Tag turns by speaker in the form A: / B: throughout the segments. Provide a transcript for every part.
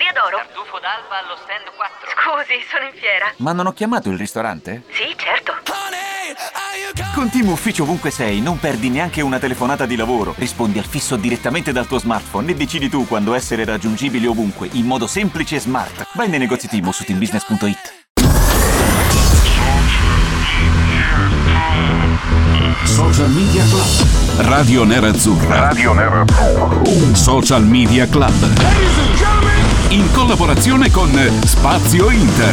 A: Osteria d'Oro.
B: Tartufo d'alba allo stand 4.
A: Scusi, sono in fiera.
C: Ma non ho chiamato il ristorante?
A: Sì, certo.
C: Con Team Ufficio ovunque sei, non perdi neanche una telefonata di lavoro. Rispondi al fisso direttamente dal tuo smartphone e decidi tu quando essere raggiungibile ovunque, in modo semplice e smart. Vai nei negozi Team o su teambusiness.it.
D: Social Media Club. Radio Nerazzurra. Radio Nerazzurra. Social Media Club. In collaborazione con Spazio Inter.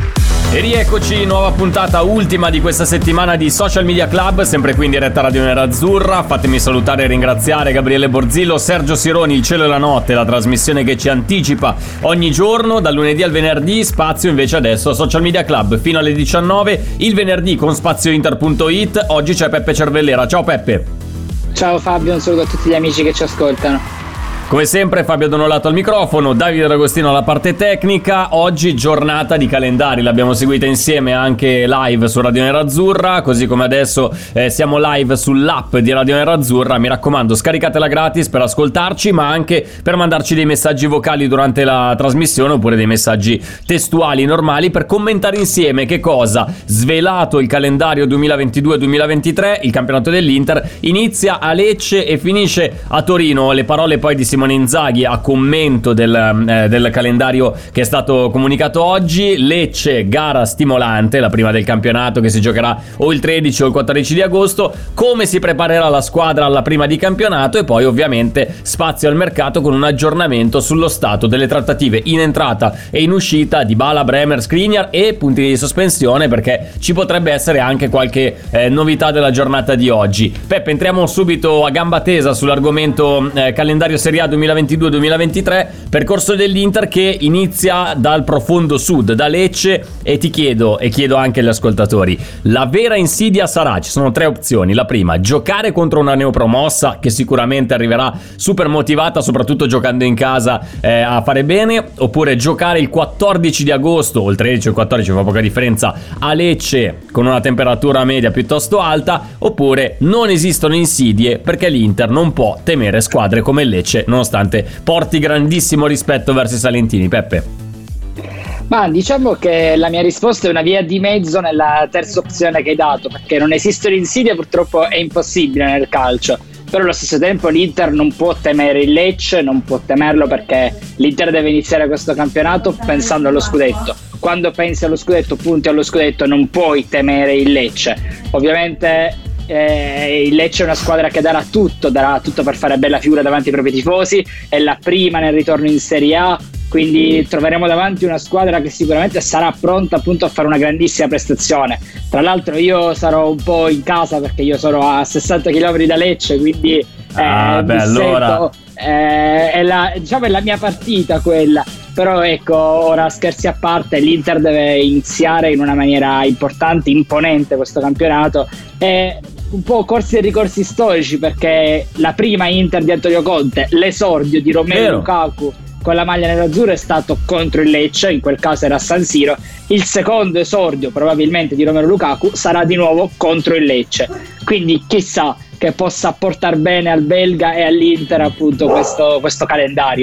E: E rieccoci, nuova puntata, ultima di questa settimana di Social Media Club, sempre qui in diretta Radio Nerazzurra. Fatemi salutare e ringraziare Gabriele Borzillo, Sergio Sironi, Il cielo e la notte, la trasmissione che ci anticipa ogni giorno, dal lunedì al venerdì. Spazio invece adesso a Social Media Club fino alle 19, il venerdì con spaziointer.it. Oggi c'è Peppe Cervellera. Ciao Peppe.
F: Ciao Fabio, un saluto a tutti gli amici che ci ascoltano.
E: Come sempre Fabio Donolato al microfono, Davide D'Agostino alla parte tecnica. Oggi giornata di calendari, l'abbiamo seguita insieme anche live su Radio Nerazzurra, così come adesso siamo live sull'app di Radio Nerazzurra. Mi raccomando, scaricatela gratis per ascoltarci, ma anche per mandarci dei messaggi vocali durante la trasmissione, oppure dei messaggi testuali normali per commentare insieme che cosa. Svelato il calendario 2022-2023, il campionato dell'Inter inizia a Lecce e finisce a Torino. Le parole poi di Simone Inzaghi a commento del calendario che è stato comunicato oggi. Lecce, gara stimolante, la prima del campionato, che si giocherà o il 13 o il 14 di agosto. Come si preparerà la squadra alla prima di campionato, e poi ovviamente spazio al mercato con un aggiornamento sullo stato delle trattative in entrata e in uscita di Dybala, Bremer, Skriniar e punti di sospensione, perché ci potrebbe essere anche qualche novità della giornata di oggi. Peppe, entriamo subito a gamba tesa sull'argomento calendario Serie A 2022-2023, percorso dell'Inter che inizia dal profondo sud, da Lecce, e ti chiedo, e chiedo anche agli ascoltatori, la vera insidia sarà, ci sono tre opzioni. La prima, giocare contro una neopromossa che sicuramente arriverà super motivata, soprattutto giocando in casa, a fare bene, oppure giocare il 14 di agosto o il 13 o il 14, fa poca differenza, a Lecce con una temperatura media piuttosto alta, oppure non esistono insidie perché l'Inter non può temere squadre come Lecce, nonostante porti grandissimo rispetto verso i salentini. Peppe?
F: Ma diciamo che la mia risposta è una via di mezzo nella terza opzione che hai dato, perché non esistono insidie, purtroppo è impossibile nel calcio, però allo stesso tempo l'Inter non può temere il Lecce, non può temerlo, perché l'Inter deve iniziare questo campionato pensando allo scudetto. Quando pensi allo scudetto, punti allo scudetto, non puoi temere il Lecce. Ovviamente il Lecce è una squadra che darà tutto per fare bella figura davanti ai propri tifosi, è la prima nel ritorno in Serie A, quindi troveremo davanti una squadra che sicuramente sarà pronta appunto a fare una grandissima prestazione. Tra l'altro io sarò un po' in casa perché io sono a 60 km da Lecce, quindi
E: allora
F: è la mia partita quella. Però ecco, ora scherzi a parte, l'Inter deve iniziare in una maniera importante, imponente questo campionato, e un po' corsi e ricorsi storici, perché la prima Inter di Antonio Conte, l'esordio di Romelu Lukaku con la maglia nerazzurra, è stato contro il Lecce, in quel caso era a San Siro. Il secondo esordio probabilmente di Romelu Lukaku sarà di nuovo contro il Lecce, quindi chissà che possa portare bene al belga e all'Inter appunto questo calendario.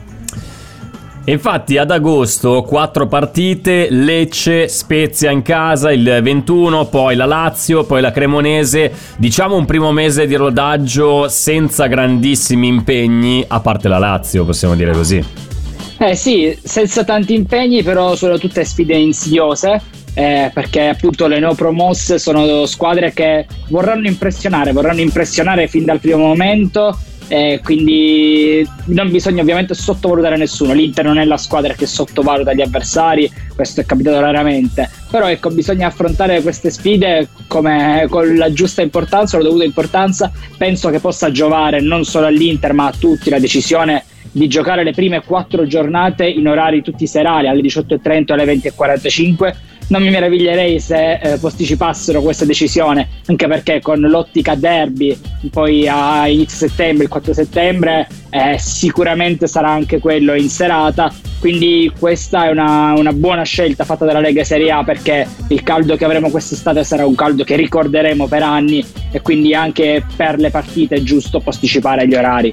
E: Infatti ad agosto 4 partite: Lecce, Spezia in casa il 21, poi la Lazio, poi la Cremonese. Diciamo un primo mese di rodaggio senza grandissimi impegni, a parte la Lazio, possiamo dire così.
F: Sì, senza tanti impegni, però sono tutte sfide insidiose, perché appunto le neopromosse sono squadre che vorranno impressionare fin dal primo momento. Quindi non bisogna ovviamente sottovalutare nessuno. L'Inter non è la squadra che sottovaluta gli avversari, questo è capitato raramente, però ecco, bisogna affrontare queste sfide con la giusta importanza, la dovuta importanza. Penso che possa giovare non solo all'Inter ma a tutti la decisione di giocare le prime 4 giornate in orari tutti serali, alle 18:30 o alle 20:45. Non mi meraviglierei se posticipassero questa decisione, anche perché con l'ottica derby poi a inizio settembre, il 4 settembre, sicuramente sarà anche quello in serata, quindi questa è una buona scelta fatta dalla Lega Serie A, perché il caldo che avremo quest'estate sarà un caldo che ricorderemo per anni, e quindi anche per le partite è giusto posticipare gli orari.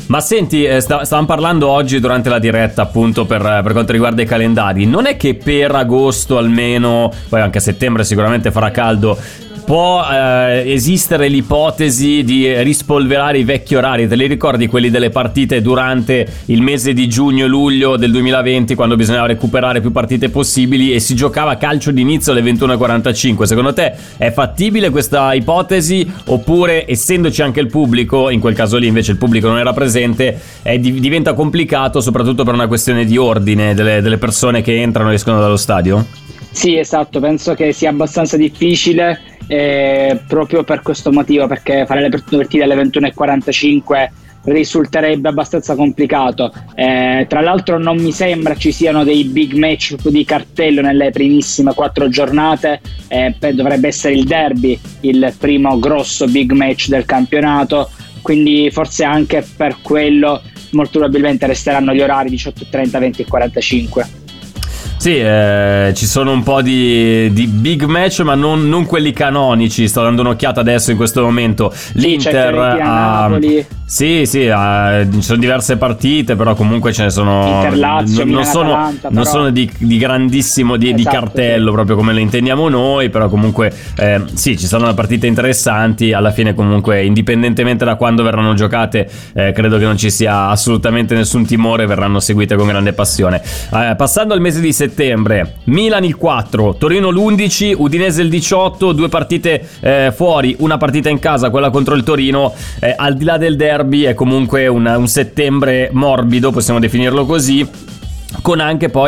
E: Ma senti, stavamo parlando oggi durante la diretta appunto per quanto riguarda i calendari. Non è che per agosto almeno, poi anche a settembre sicuramente farà caldo, può esistere l'ipotesi di rispolverare i vecchi orari? Te li ricordi quelli delle partite durante il mese di giugno e luglio del 2020, quando bisognava recuperare più partite possibili e si giocava calcio d'inizio alle 21:45? Secondo te è fattibile questa ipotesi, oppure, essendoci anche il pubblico, in quel caso lì invece il pubblico non era presente, diventa complicato soprattutto per una questione di ordine delle persone che entrano e escono dallo stadio?
F: Sì, esatto, penso che sia abbastanza difficile proprio per questo motivo, perché fare le partite alle 21:45 risulterebbe abbastanza complicato. Tra l'altro non mi sembra ci siano dei big match di cartello nelle primissime 4 giornate. Dovrebbe essere il derby il primo grosso big match del campionato, quindi forse anche per quello molto probabilmente resteranno gli orari 18:30, 20:45.
E: Sì, ci sono un po' di big match, ma non quelli canonici. Sto dando un'occhiata adesso in questo momento. L'Inter,
F: Napoli.
E: Sì, ci sono diverse partite, però comunque ce ne sono.
F: Inter-Lazio,
E: non sono di grandissimo di cartello, sì, proprio come le intendiamo noi. Però comunque sì, ci saranno partite interessanti. Alla fine, comunque, indipendentemente da quando verranno giocate, credo che non ci sia assolutamente nessun timore. Verranno seguite con grande passione. Passando al mese di settembre, Milan il 4, Torino l'11, Udinese il 18, 2 partite fuori, una partita in casa, quella contro il Torino. Al di là del derby è comunque un settembre morbido, possiamo definirlo così, con anche poi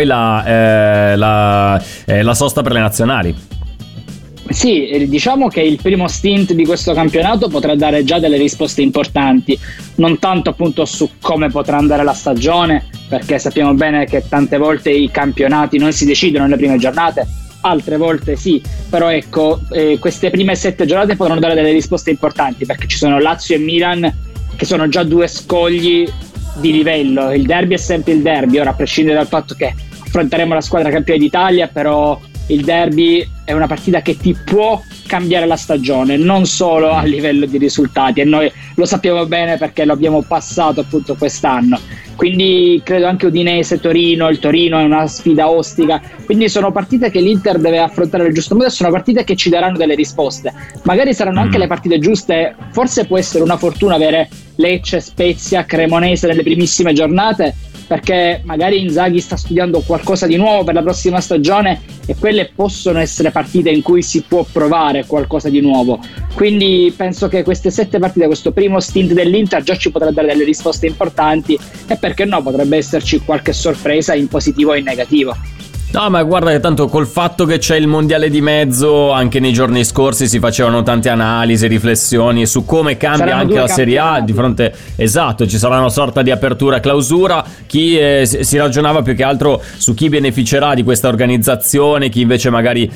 E: la sosta per le nazionali.
F: Sì, diciamo che il primo stint di questo campionato potrà dare già delle risposte importanti, non tanto appunto su come potrà andare la stagione, perché sappiamo bene che tante volte i campionati non si decidono nelle prime giornate, altre volte sì, però ecco, queste prime 7 giornate potranno dare delle risposte importanti, perché ci sono Lazio e Milan che sono già 2 scogli di livello. Il derby è sempre il derby, ora a prescindere dal fatto che affronteremo la squadra campione d'Italia, però il derby è una partita che ti può cambiare la stagione, non solo a livello di risultati, e noi lo sappiamo bene perché lo abbiamo passato appunto quest'anno. Quindi credo anche Udinese-Torino, il Torino è una sfida ostica, quindi sono partite che l'Inter deve affrontare nel giusto modo e sono partite che ci daranno delle risposte. Magari saranno anche le partite giuste, forse può essere una fortuna avere Lecce, Spezia, Cremonese nelle primissime giornate, perché magari Inzaghi sta studiando qualcosa di nuovo per la prossima stagione e quelle possono essere partite in cui si può provare qualcosa di nuovo. Quindi penso che queste 7 partite, questo primo stint dell'Inter già ci potrà dare delle risposte importanti, e perché no, potrebbe esserci qualche sorpresa in positivo e in negativo.
E: No, ma guarda che tanto col fatto che c'è il mondiale di mezzo, anche nei giorni scorsi si facevano tante analisi, riflessioni su come cambia anche la Serie A di fronte. Esatto, ci sarà una sorta di apertura clausura. Chi si ragionava più che altro su chi beneficerà di questa organizzazione, chi invece magari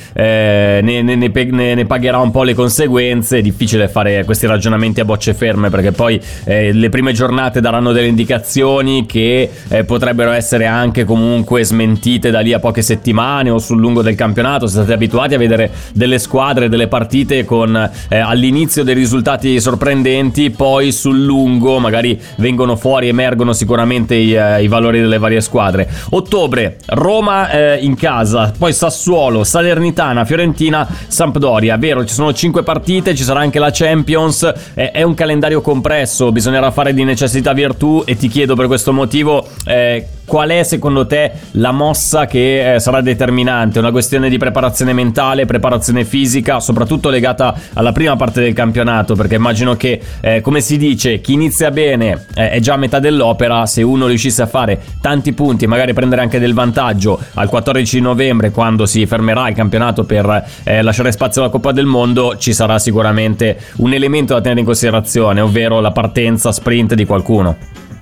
E: ne pagherà un po' le conseguenze. È difficile fare questi ragionamenti a bocce ferme, perché poi le prime giornate daranno delle indicazioni che potrebbero essere anche comunque smentite da lì a poche settimane o sul lungo del campionato. Siete stati abituati a vedere delle squadre, delle partite con all'inizio dei risultati sorprendenti, poi sul lungo magari vengono fuori, emergono sicuramente i valori delle varie squadre. Ottobre, Roma in casa, poi Sassuolo, Salernitana, Fiorentina, Sampdoria. Vero, ci sono 5 partite, ci sarà anche la Champions, è un calendario compresso, bisognerà fare di necessità virtù, e ti chiedo per questo motivo qual è secondo te la mossa che sarà determinante? Una questione di preparazione mentale, preparazione fisica, soprattutto legata alla prima parte del campionato, perché immagino che come si dice, chi inizia bene è già a metà dell'opera. Se uno riuscisse a fare tanti punti, magari prendere anche del vantaggio al 14 novembre, quando si fermerà il campionato per lasciare spazio alla Coppa del Mondo, ci sarà sicuramente un elemento da tenere in considerazione, ovvero la partenza sprint di qualcuno.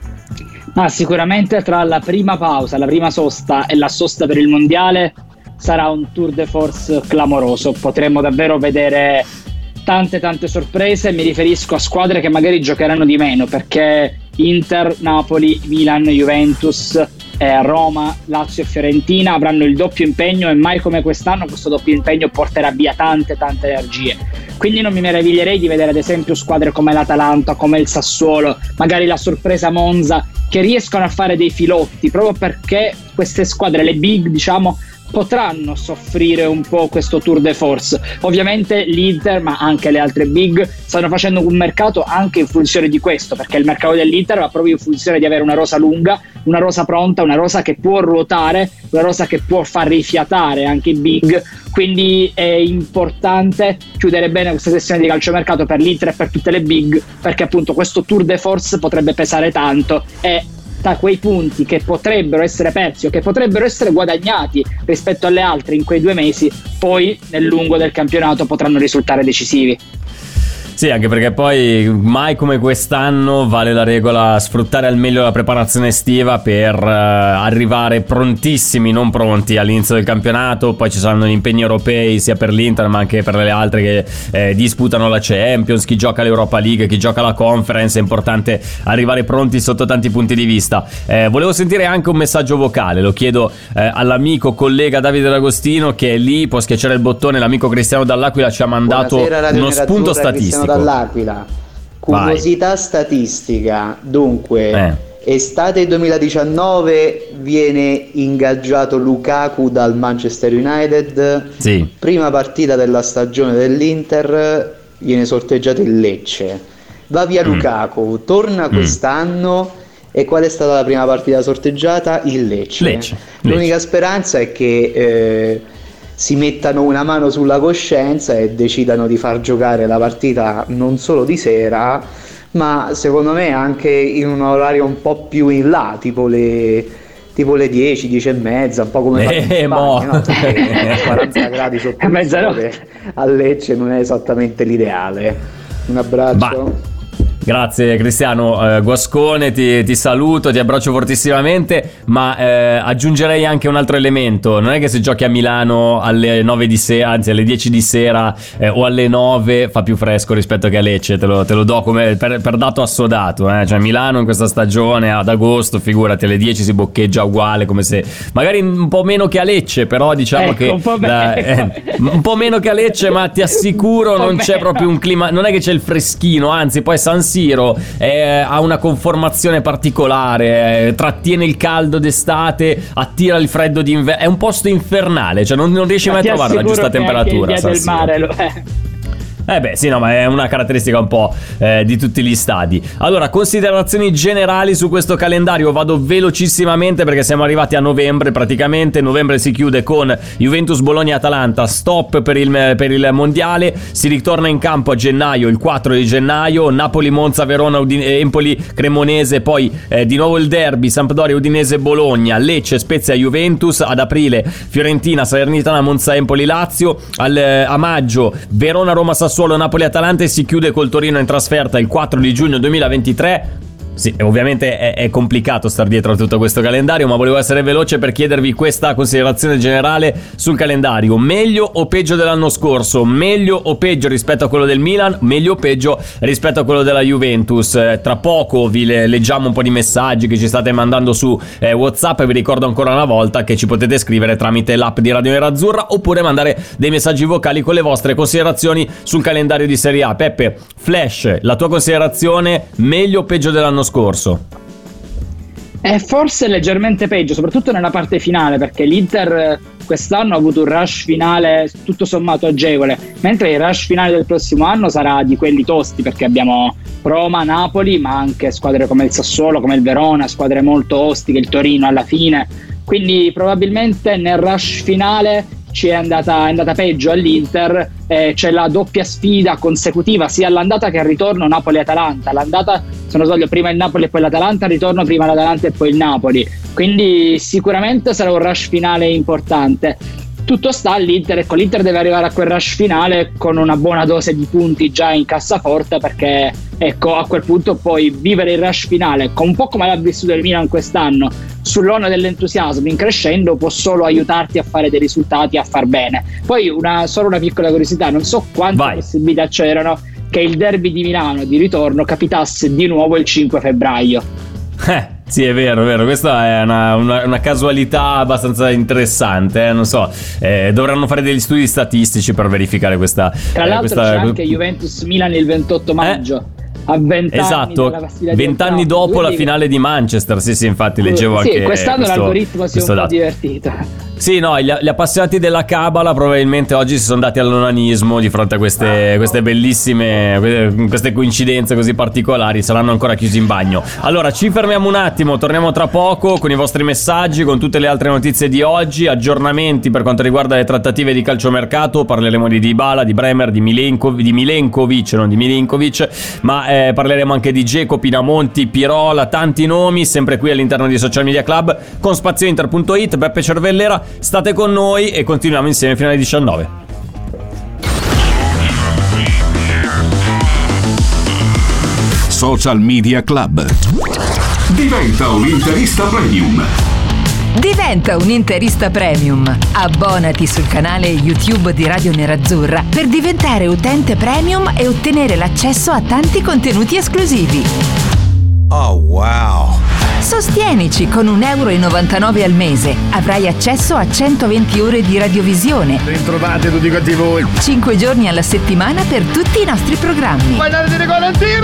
F: Sicuramente tra la prima pausa, la prima sosta e la sosta per il mondiale sarà un tour de force clamoroso. Potremmo davvero vedere tante sorprese. Mi riferisco a squadre che magari giocheranno di meno, perché Inter, Napoli, Milan, Juventus, Roma, Lazio e Fiorentina avranno il doppio impegno, e mai come quest'anno questo doppio impegno porterà via tante energie. quindi non mi meraviglierei di vedere ad esempio squadre come l'Atalanta, come il Sassuolo, magari la sorpresa Monza, che riescono a fare dei filotti, proprio perché queste squadre, le big diciamo, potranno soffrire un po' questo tour de force. Ovviamente l'Inter, ma anche le altre big, stanno facendo un mercato anche in funzione di questo, perché il mercato dell'Inter va proprio in funzione di avere una rosa lunga, una rosa pronta, una rosa che può ruotare, una rosa che può far rifiatare anche i big. Quindi è importante chiudere bene questa sessione di calciomercato per l'Inter e per tutte le big, perché appunto questo tour de force potrebbe pesare tanto, e da quei punti che potrebbero essere persi o che potrebbero essere guadagnati rispetto alle altre in quei 2 mesi, poi nel lungo del campionato potranno risultare decisivi.
E: Sì, anche perché poi mai come quest'anno vale la regola sfruttare al meglio la preparazione estiva per arrivare prontissimi, non pronti all'inizio del campionato. Poi ci saranno gli impegni europei sia per l'Inter ma anche per le altre che disputano la Champions, chi gioca l'Europa League, chi gioca la Conference. È importante arrivare pronti sotto tanti punti di vista. Volevo sentire anche un messaggio vocale, lo chiedo all'amico collega Davide D'Agostino, che è lì, può schiacciare il bottone. L'amico Cristiano Dall'Aquila ci ha mandato uno spunto statistico.
A: Dall'Aquila, curiosità statistica. Dunque, estate 2019 viene ingaggiato Lukaku dal Manchester United.
E: Sì.
A: Prima partita della stagione dell'Inter viene sorteggiato il Lecce. Va via Lukaku, torna quest'anno. E qual è stata la prima partita sorteggiata? Il Lecce. L'unica speranza è che si mettano una mano sulla coscienza e decidano di far giocare la partita non solo di sera, ma secondo me anche in un orario un po' più in là, tipo le 10, 10 e mezza, un po' come in Spagna, no? 40 gradi sotto il sole a Lecce non è esattamente l'ideale. Un abbraccio.
E: Grazie Cristiano. Guascone, ti saluto, ti abbraccio fortissimamente, ma aggiungerei anche un altro elemento. Non è che se giochi a Milano alle 9 di sera, anzi alle 10 di sera o alle 9 fa più fresco rispetto che a Lecce, te lo do come per dato assodato, Cioè Milano in questa stagione ad agosto, figurati, alle 10 si boccheggia uguale, come se magari un po' meno che a Lecce, però diciamo che un po' meno che a Lecce, ma ti assicuro non c'è proprio un clima, non è che c'è il freschino, anzi poi San Siro ha una conformazione particolare, trattiene il caldo d'estate, attira il freddo d'inverno, è un posto infernale, cioè non riesci mai a trovare la giusta temperatura.
F: Il del mare lo è.
E: Sì, no, ma è una caratteristica un po' di tutti gli stadi. Allora, considerazioni generali su questo calendario. Vado velocissimamente perché siamo arrivati a novembre praticamente. Novembre si chiude con Juventus, Bologna, Atalanta, stop per il mondiale. Si ritorna in campo a gennaio, il 4 di gennaio, Napoli, Monza, Verona, Empoli, Cremonese. Poi di nuovo il derby, Sampdoria, Udinese, Bologna, Lecce, Spezia, Juventus. Ad aprile Fiorentina, Salernitana, Monza, Empoli, Lazio. A maggio Verona, Roma, Sassuolo, Napoli, Atalanta, e si chiude col Torino in trasferta il 4 di giugno 2023. Sì, ovviamente è complicato star dietro a tutto questo calendario, ma volevo essere veloce per chiedervi questa considerazione generale sul calendario. Meglio o peggio dell'anno scorso? Meglio o peggio rispetto a quello del Milan? Meglio o peggio rispetto a quello della Juventus? Tra poco vi leggiamo un po' di messaggi che ci state mandando su WhatsApp, e vi ricordo ancora una volta che ci potete scrivere tramite l'app di Radio Nerazzurra oppure mandare dei messaggi vocali con le vostre considerazioni sul calendario di Serie A. Peppe, Flash, la tua considerazione, meglio o peggio dell'anno scorso?
F: È forse leggermente peggio, soprattutto nella parte finale, perché l'Inter quest'anno ha avuto un rush finale tutto sommato agevole, mentre il rush finale del prossimo anno sarà di quelli tosti, perché abbiamo Roma, Napoli, ma anche squadre come il Sassuolo, come il Verona, squadre molto ostiche, il Torino alla fine. Quindi probabilmente nel rush finale ci è andata peggio all'Inter. C'è la doppia sfida consecutiva sia all'andata che al ritorno, Napoli-Atalanta. L'andata, se non sbaglio, prima il Napoli e poi l'Atalanta, il ritorno prima l'Atalanta e poi il Napoli, quindi sicuramente sarà un rush finale importante. Tutto sta all'Inter, ecco, l'Inter deve arrivare a quel rush finale con una buona dose di punti già in cassaforte, perché ecco, a quel punto puoi vivere il rush finale un po' come l'ha vissuto il Milan quest'anno, sull'onda dell'entusiasmo in crescendo, può solo aiutarti a fare dei risultati, a far bene. Poi solo una piccola curiosità, non so quante possibilità c'erano che il derby di Milano di ritorno capitasse di nuovo il 5 febbraio.
E: Sì, è vero, questa è una casualità abbastanza interessante, non so, dovranno fare degli studi statistici per verificare questa.
F: Tra l'altro c'è anche Juventus-Milan il 28 maggio. A 20
E: esatto,
F: anni
E: 20 anni dopo la finale di Manchester. Sì, infatti leggevo anche
F: quest'anno l'algoritmo si è un po' divertito.
E: Sì, no, gli appassionati della Cabala probabilmente oggi si sono dati all'onanismo di fronte a queste bellissime, queste coincidenze così particolari. Saranno ancora chiusi in bagno. Allora ci fermiamo un attimo, torniamo tra poco con i vostri messaggi, con tutte le altre notizie di oggi, aggiornamenti per quanto riguarda le trattative di calciomercato. Parleremo di Dybala, di Bremer, di Milenkovic, non di Milinkovic, ma parleremo anche di Dzeko, Pinamonti, Pirola, tanti nomi, sempre qui all'interno di Social Media Club con spaziointer.it. Beppe Cervellera, state con noi e continuiamo insieme fino alle 19.
D: Social Media Club. Diventa un interista premium.
G: Diventa un interista premium. Abbonati sul canale YouTube di Radio Nerazzurra per diventare utente premium e ottenere l'accesso a tanti contenuti esclusivi.
H: Oh wow!
G: Sostienici con €1,99 al mese. Avrai accesso a 120 ore di radiovisione.
H: Ritrovate tutti quanti voi.
G: 5 giorni alla settimana per tutti i nostri programmi.
H: Guardate di rigore al tiro!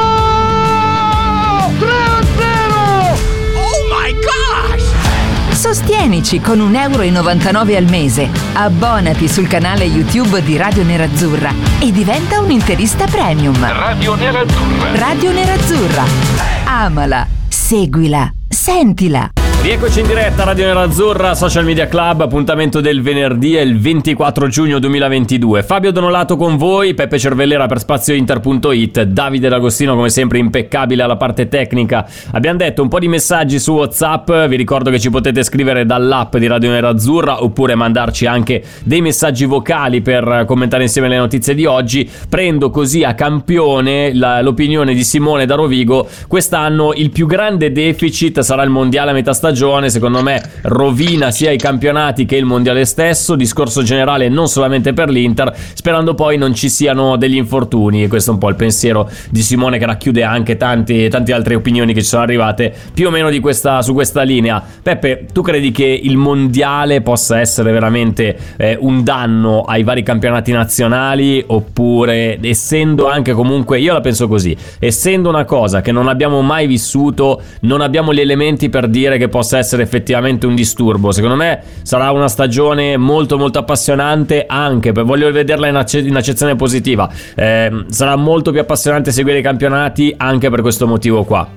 H: 3-0! Oh my gosh!
G: Sostienici con €1,99 al mese. Abbonati sul canale YouTube di Radio Nerazzurra e diventa un interista premium.
D: Radio Nerazzurra.
G: Radio Nerazzurra. Amala, seguila, sentila.
E: Rieccoci in diretta, Radio Nerazzurra, Social Media Club, appuntamento del venerdì, è il 24 giugno 2022. Fabio Donolato con voi, Peppe Cervellera per spaziointer.it, Davide D'Agostino come sempre impeccabile alla parte tecnica. Abbiamo detto un po' di messaggi su WhatsApp, vi ricordo che ci potete scrivere dall'app di Radio Nerazzurra oppure mandarci anche dei messaggi vocali per commentare insieme le notizie di oggi. Prendo così a campione l'opinione di Simone da Rovigo: quest'anno il più grande deficit sarà il mondiale a metà stagione, secondo me rovina sia i campionati che il mondiale stesso, discorso generale non solamente per l'Inter, sperando poi non ci siano degli infortuni. E questo è un po' il pensiero di Simone, che racchiude anche tante altre opinioni che ci sono arrivate più o meno su questa linea. Peppe, tu credi che il mondiale possa essere veramente un danno ai vari campionati nazionali, oppure, essendo anche comunque, io la penso così, essendo una cosa che non abbiamo mai vissuto, non abbiamo gli elementi per dire che possa essere effettivamente un disturbo? Secondo me sarà una stagione molto molto appassionante, anche voglio vederla in accezione positiva, sarà molto più appassionante seguire i campionati anche per questo motivo qua.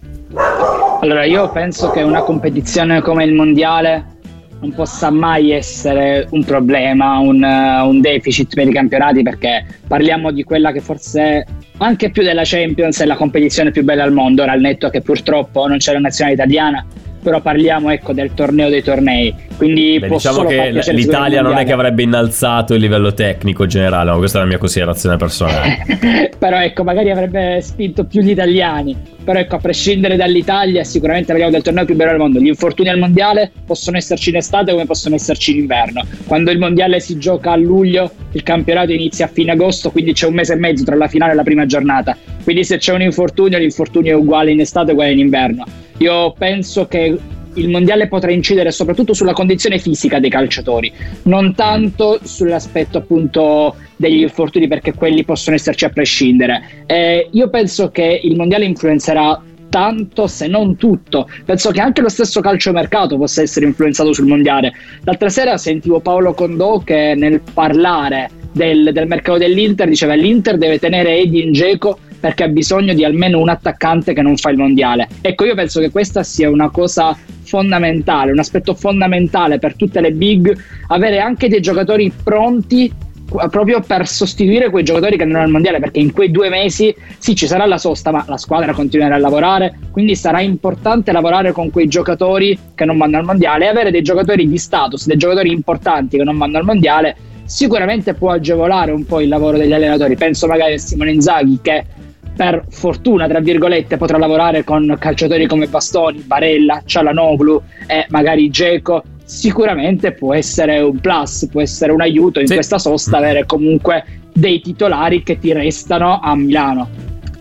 F: Allora, io penso che una competizione come il mondiale non possa mai essere un problema, un deficit per i campionati, perché parliamo di quella che forse anche più della Champions è la competizione più bella al mondo. Ora, al netto che purtroppo non c'è la nazionale italiana, però parliamo, ecco, del torneo dei tornei, quindi
E: diciamo che l'Italia non è che avrebbe innalzato il livello tecnico generale, ma questa è la mia considerazione personale.
F: Però ecco, magari avrebbe spinto più gli italiani. Però ecco, a prescindere dall'Italia, sicuramente parliamo del torneo più bello del mondo. Gli infortuni al mondiale possono esserci in estate come possono esserci in inverno. Quando il mondiale si gioca a luglio, il campionato inizia a fine agosto, quindi c'è un mese e mezzo tra la finale e la prima giornata. Quindi se c'è un infortunio, l'infortunio è uguale in estate e uguale in inverno. Io penso che il mondiale potrà incidere soprattutto sulla condizione fisica dei calciatori, non tanto sull'aspetto appunto degli infortuni, perché quelli possono esserci a prescindere. Io penso che il mondiale influenzerà tanto, se non tutto. Penso che anche lo stesso calciomercato possa essere influenzato sul mondiale. L'altra sera sentivo Paolo Condò che nel parlare del mercato dell'Inter diceva: l'Inter deve tenere Edin Dzeko perché ha bisogno di almeno un attaccante che non fa il mondiale. Ecco, io penso che questa sia una cosa fondamentale, un aspetto fondamentale per tutte le big, avere anche dei giocatori pronti proprio per sostituire quei giocatori che non hanno il mondiale, perché in quei 2 mesi sì, ci sarà la sosta, ma la squadra continuerà a lavorare, quindi sarà importante lavorare con quei giocatori che non vanno al mondiale, e avere dei giocatori di status, dei giocatori importanti che non vanno al mondiale sicuramente può agevolare un po' il lavoro degli allenatori. Penso magari a Simone Inzaghi, che per fortuna, tra virgolette, potrà lavorare con calciatori come Bastoni, Barella, Çalhanoğlu e magari Dzeko. Sicuramente può essere un plus, può essere un aiuto in questa sosta avere comunque dei titolari che ti restano a Milano.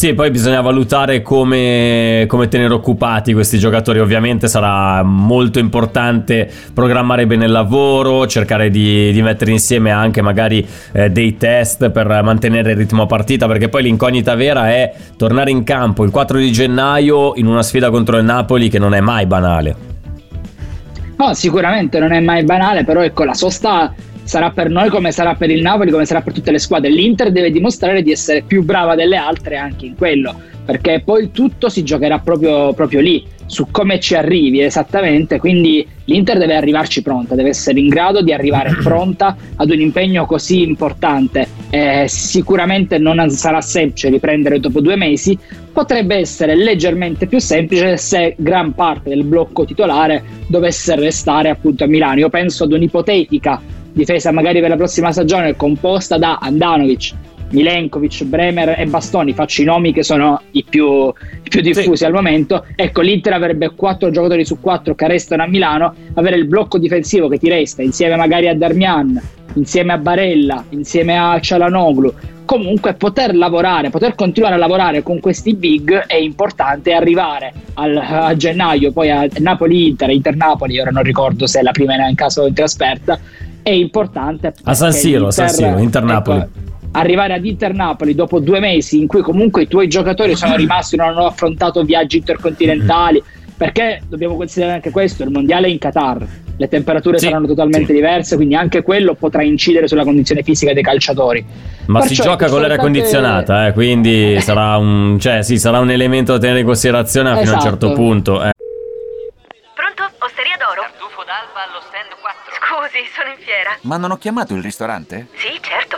E: Sì, poi bisogna valutare come tenere occupati questi giocatori. Ovviamente sarà molto importante programmare bene il lavoro, cercare di mettere insieme anche magari dei test per mantenere il ritmo a partita, perché poi l'incognita vera è tornare in campo il 4 di gennaio in una sfida contro il Napoli che non è mai banale.
F: No, sicuramente non è mai banale, però ecco, la sosta sarà per noi come sarà per il Napoli, come sarà per tutte le squadre. L'Inter deve dimostrare di essere più brava delle altre anche in quello, perché poi tutto si giocherà proprio lì, su come ci arrivi esattamente. Quindi l'Inter deve arrivarci pronta, deve essere in grado di arrivare pronta ad un impegno così importante. Sicuramente non sarà semplice riprendere dopo 2 mesi, potrebbe essere leggermente più semplice se gran parte del blocco titolare dovesse restare appunto a Milano. Io penso ad un'ipotetica difesa magari per la prossima stagione composta da Andanovic, Milenkovic, Bremer e Bastoni. Faccio i nomi che sono i più diffusi al momento. Ecco, l'Inter avrebbe 4 giocatori su 4 che restano a Milano, avere il blocco difensivo che ti resta insieme magari a Darmian, insieme a Barella, insieme a Çalhanoğlu. Comunque poter continuare a lavorare con questi big è importante. Arrivare a gennaio poi a Napoli-Inter, Inter-Napoli, ora non ricordo se è la prima in caso in trasferta, è importante
E: a San Siro, Inter-Napoli.
F: Ecco, arrivare ad Inter-Napoli dopo 2 mesi in cui comunque i tuoi giocatori sono rimasti, non hanno affrontato viaggi intercontinentali, perché dobbiamo considerare anche questo: il mondiale è in Qatar, le temperature saranno totalmente diverse, quindi anche quello potrà incidere sulla condizione fisica dei calciatori.
E: Ma perciò si gioca con l'aria condizionata, quindi sarà un elemento da tenere in considerazione fino a un certo punto.
B: Pronto? Osteria d'Oro?
C: Tartufo d'alba allo stand 4.
B: Scusi, sono in fiera.
C: Ma non ho chiamato il ristorante?
B: Sì, certo.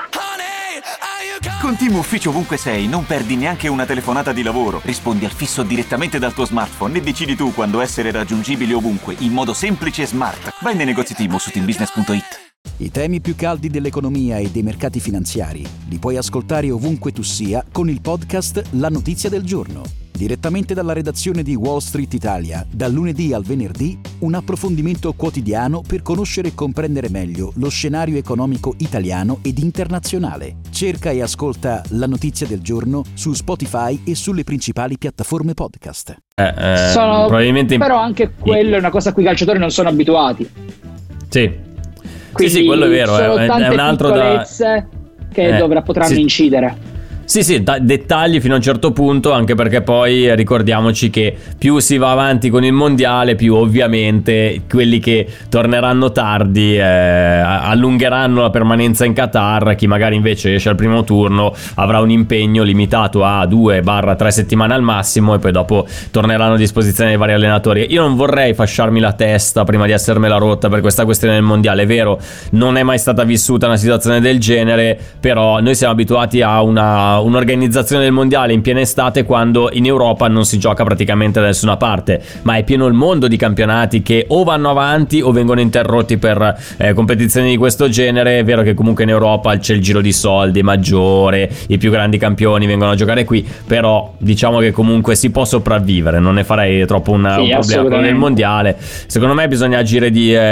C: Con Team Ufficio ovunque sei, non perdi neanche una telefonata di lavoro. Rispondi al fisso direttamente dal tuo smartphone e decidi tu quando essere raggiungibile ovunque, in modo semplice e smart. Vai nei negozi Team o su teambusiness.it.
I: I temi più caldi dell'economia e dei mercati finanziari li puoi ascoltare ovunque tu sia con il podcast La Notizia del Giorno. Direttamente dalla redazione di Wall Street Italia, dal lunedì al venerdì, un approfondimento quotidiano per conoscere e comprendere meglio lo scenario economico italiano ed internazionale. Cerca e ascolta La Notizia del Giorno su Spotify e sulle principali piattaforme podcast.
E: Probabilmente
F: però anche quello è una cosa a cui i calciatori non sono abituati.
E: Sì.
F: Quindi
E: sì, quello è vero.
F: Sono
E: è
F: tante
E: un altro
F: piccolezze che potranno incidere.
E: Sì, dettagli fino a un certo punto, anche perché poi ricordiamoci che più si va avanti con il mondiale, più ovviamente quelli che torneranno tardi allungheranno la permanenza in Qatar. Chi magari invece esce al primo turno avrà un impegno limitato a 2-3 settimane al massimo e poi dopo torneranno a disposizione dei vari allenatori. Io non vorrei fasciarmi la testa prima di essermela rotta per questa questione del mondiale. È vero, non è mai stata vissuta una situazione del genere, però noi siamo abituati a un'organizzazione del mondiale in piena estate, quando in Europa non si gioca praticamente da nessuna parte, ma è pieno il mondo di campionati che o vanno avanti o vengono interrotti per competizioni di questo genere. È vero che comunque in Europa c'è il giro di soldi maggiore, i più grandi campioni vengono a giocare qui, però diciamo che comunque si può sopravvivere, non ne farei troppo un problema con il mondiale. Secondo me bisogna agire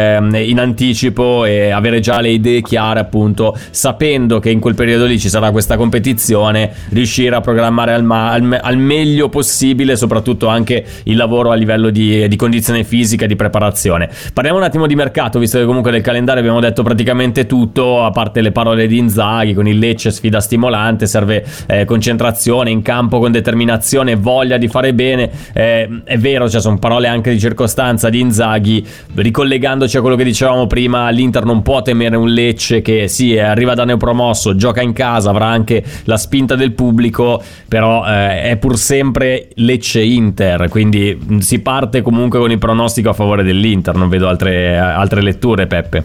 E: in anticipo e avere già le idee chiare, appunto sapendo che in quel periodo lì ci sarà questa competizione, riuscire a programmare al meglio possibile, soprattutto anche il lavoro a livello di condizione fisica e di preparazione. Parliamo un attimo di mercato, visto che comunque del calendario abbiamo detto praticamente tutto, a parte le parole di Inzaghi. Con il Lecce sfida stimolante, serve concentrazione in campo con determinazione, voglia di fare bene. È vero, sono parole anche di circostanza di Inzaghi, ricollegandoci a quello che dicevamo prima. L'Inter non può temere un Lecce che arriva da neopromosso, gioca in casa, avrà anche la spinta del pubblico, però è pur sempre Lecce-Inter, quindi si parte comunque con il pronostico a favore dell'Inter. Non vedo altre letture, Peppe.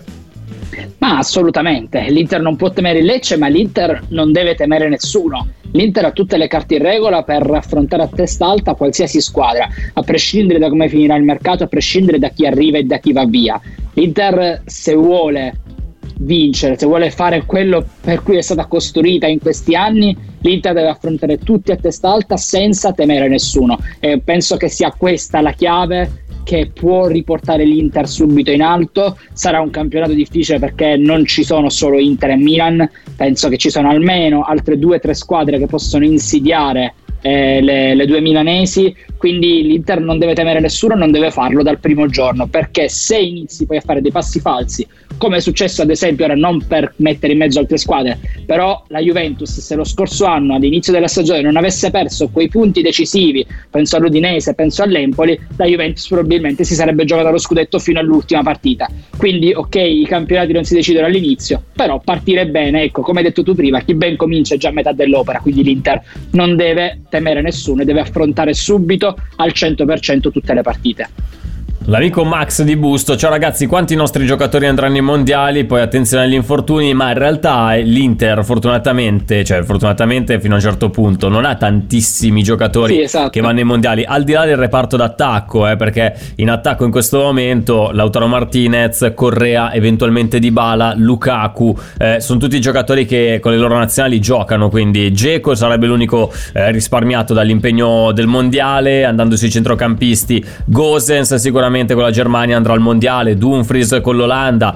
F: Ma assolutamente, l'Inter non può temere il Lecce, ma l'Inter non deve temere nessuno. L'Inter ha tutte le carte in regola per affrontare a testa alta qualsiasi squadra, a prescindere da come finirà il mercato, a prescindere da chi arriva e da chi va via. L'Inter, se vuole vincere, se vuole fare quello per cui è stata costruita in questi anni, l'Inter deve affrontare tutti a testa alta senza temere nessuno, e penso che sia questa la chiave che può riportare l'Inter subito in alto. Sarà un campionato difficile perché non ci sono solo Inter e Milan, penso che ci sono almeno altre 2 o 3 squadre che possono insidiare le due milanesi, quindi l'Inter non deve temere nessuno, non deve farlo dal primo giorno, perché se inizi poi a fare dei passi falsi, come è successo ad esempio, ora non per mettere in mezzo altre squadre, però la Juventus, se lo scorso anno all'inizio della stagione non avesse perso quei punti decisivi, penso all'Udinese, penso all'Empoli, la Juventus probabilmente si sarebbe giocata lo scudetto fino all'ultima partita. Quindi ok, i campionati non si decidono all'inizio, però partire bene, ecco, come hai detto tu prima, chi ben comincia è già a metà dell'opera, quindi l'Inter non deve temere nessuno e deve affrontare subito al 100% tutte le partite.
E: L'amico Max di Busto: ciao ragazzi, quanti nostri giocatori andranno ai mondiali? Poi attenzione agli infortuni, ma in realtà l'Inter fortunatamente fino a un certo punto non ha tantissimi giocatori, sì, esatto, che vanno ai mondiali, al di là del reparto d'attacco, perché in attacco in questo momento Lautaro Martinez, Correa, eventualmente Dybala, Lukaku, sono tutti giocatori che con le loro nazionali giocano, quindi Dzeko sarebbe l'unico risparmiato dall'impegno del mondiale, andando sui centrocampisti. Gosens sicuramente con la Germania andrà al mondiale, Dumfries con l'Olanda,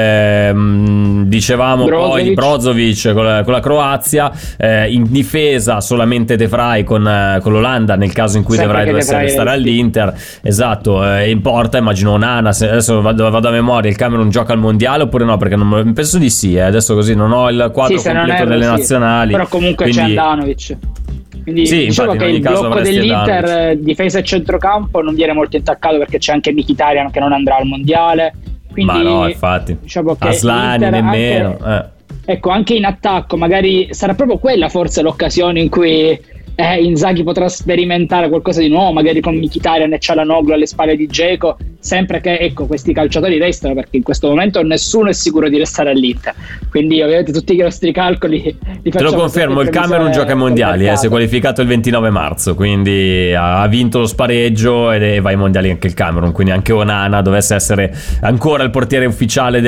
E: dicevamo poi di Brozovic con la Croazia, in difesa solamente De Vrij con l'Olanda nel caso in cui De Vrij dovesse restare all'Inter, esatto, in porta immagino Onana, adesso vado a memoria, il Camerun gioca al mondiale oppure no, perché non penso di sì, adesso così non ho il quadro completo delle nazionali, però comunque quindi c'è Andanovic. Quindi sì, diciamo che il blocco dell'Inter, difesa e centrocampo, non viene molto intaccato perché c'è anche Mkhitaryan che non andrà al mondiale. Quindi, ma no, infatti, diciamo che Aslani nemmeno. Ecco, anche in attacco magari sarà proprio quella forse l'occasione in cui Inzaghi potrà sperimentare qualcosa di nuovo, magari con Mkhitaryan e Çalhanoğlu alle spalle di Dzeko, sempre che ecco questi calciatori restano, perché in questo momento nessuno è sicuro di restare all'Inter, quindi ovviamente tutti i nostri calcoli li facciamo. Te lo confermo, il Camerun gioca ai mondiali, si è qualificato il 29 marzo, quindi ha vinto lo spareggio e va ai mondiali anche il Camerun, quindi anche Onana dovesse essere ancora il portiere ufficiale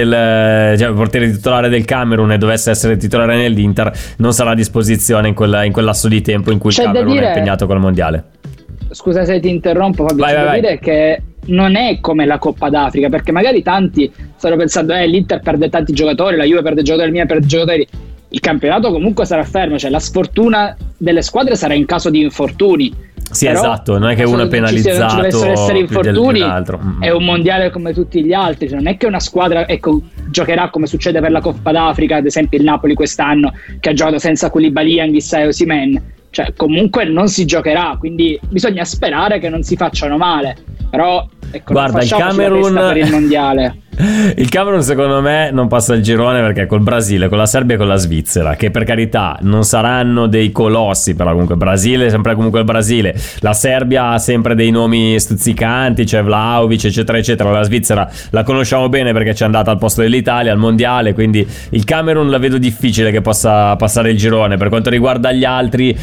E: il portiere titolare del Camerun e dovesse essere titolare nell'Inter, non sarà a disposizione in quel lasso di tempo in cui il Camerun è impegnato col mondiale. Scusa se ti interrompo, Fabio, c'è da dire che non è come la Coppa d'Africa, perché magari tanti stanno pensando l'Inter perde tanti giocatori, la Juve perde giocatori, il Milan perde giocatori. Il campionato comunque sarà fermo, cioè la sfortuna delle squadre sarà in caso di infortuni. Sì, però, esatto, non è che uno è penalizzato, non ci dovessero essere infortuni, è un mondiale come tutti gli altri, cioè non è che una squadra giocherà come succede per la Coppa d'Africa, ad esempio il Napoli quest'anno che ha giocato senza Koulibaly, Anguissa e Osimhen, cioè comunque non si giocherà, quindi bisogna sperare che non si facciano male, però ecco, guarda, il Camerun per il mondiale. Il Camerun secondo me non passa il girone perché col Brasile, con la Serbia e con la Svizzera, che per carità non saranno dei colossi, però comunque Brasile è sempre comunque il Brasile, la Serbia ha sempre dei nomi stuzzicanti, c'è Vlahovic eccetera eccetera, la Svizzera la conosciamo bene perché c'è andata al posto dell'Italia al mondiale, quindi il Camerun la vedo difficile che possa passare il girone. Per quanto riguarda gli altri,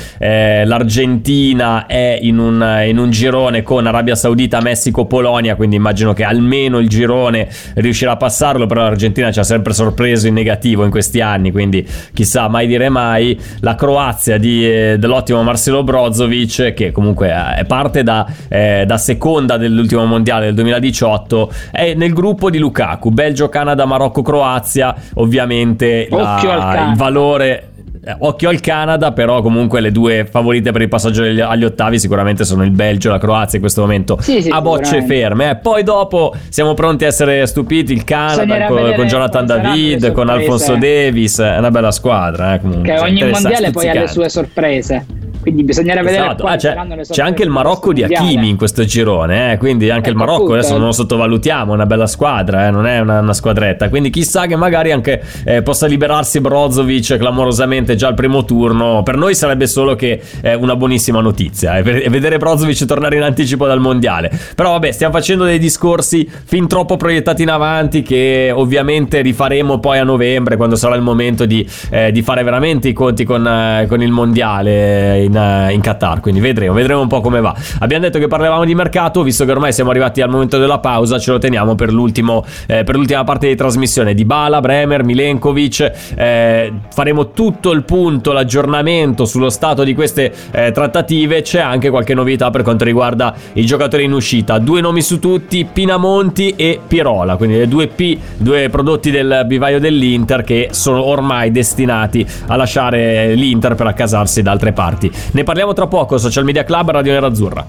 E: l'Argentina è in un girone con Arabia Saudita, Messico, Polonia, quindi immagino che almeno il girone riuscirà a passarlo, però l'Argentina ci ha sempre sorpreso in negativo in questi anni, quindi chissà, mai dire mai. La Croazia dell'ottimo Marcelo Brozovic, che comunque parte da seconda dell'ultimo mondiale del 2018, è nel gruppo di Lukaku, Belgio, Canada, Marocco, Croazia, ovviamente il valore. Occhio al Canada, però comunque le due favorite per il passaggio agli ottavi sicuramente sono il Belgio e la Croazia in questo momento, a bocce ferme. Poi dopo siamo pronti a essere stupiti. Il Canada con Jonathan David, con Alfonso Davies, è una bella squadra comunque, che ogni mondiale poi ha le sue sorprese, quindi bisognerà vedere c'è anche il Marocco di Hakimi in questo girone, quindi anche il Marocco adesso non lo sottovalutiamo, è una bella squadra, non è una squadretta, quindi chissà che magari anche possa liberarsi Brozovic clamorosamente già al primo turno. Per noi sarebbe solo che una buonissima notizia e vedere Brozovic tornare in anticipo dal mondiale, però vabbè, stiamo facendo dei discorsi fin troppo proiettati in avanti che ovviamente rifaremo poi a novembre, quando sarà il momento di fare veramente i conti con il mondiale in Qatar, quindi vedremo un po' come va. Abbiamo detto che parlavamo di mercato, visto che ormai siamo arrivati al momento della pausa, ce lo teniamo per l'ultima parte di trasmissione. Dybala, Bremer, Milenkovic, faremo tutto il punto, l'aggiornamento sullo stato di queste trattative. C'è anche qualche novità per quanto riguarda i giocatori in uscita, 2 nomi su tutti, Pinamonti e Pirola, quindi le 2 prodotti del vivaio dell'Inter che sono ormai destinati a lasciare l'Inter per accasarsi da altre parti. Ne parliamo tra poco, Social Media Club, Radio Nerazzurra.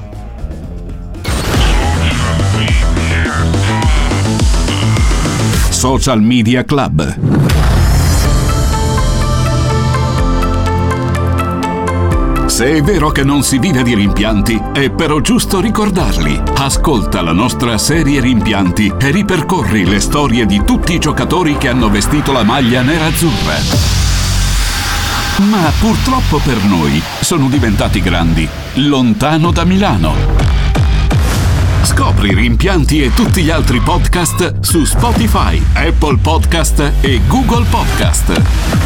D: Social Media Club. Se è vero che non si vive di rimpianti, è però giusto ricordarli. Ascolta la nostra serie Rimpianti e ripercorri le storie di tutti i giocatori che hanno vestito la maglia nerazzurra. Ma purtroppo per noi sono diventati grandi, lontano da Milano. Scopri Rimpianti e tutti gli altri podcast su Spotify, Apple Podcast e Google Podcast.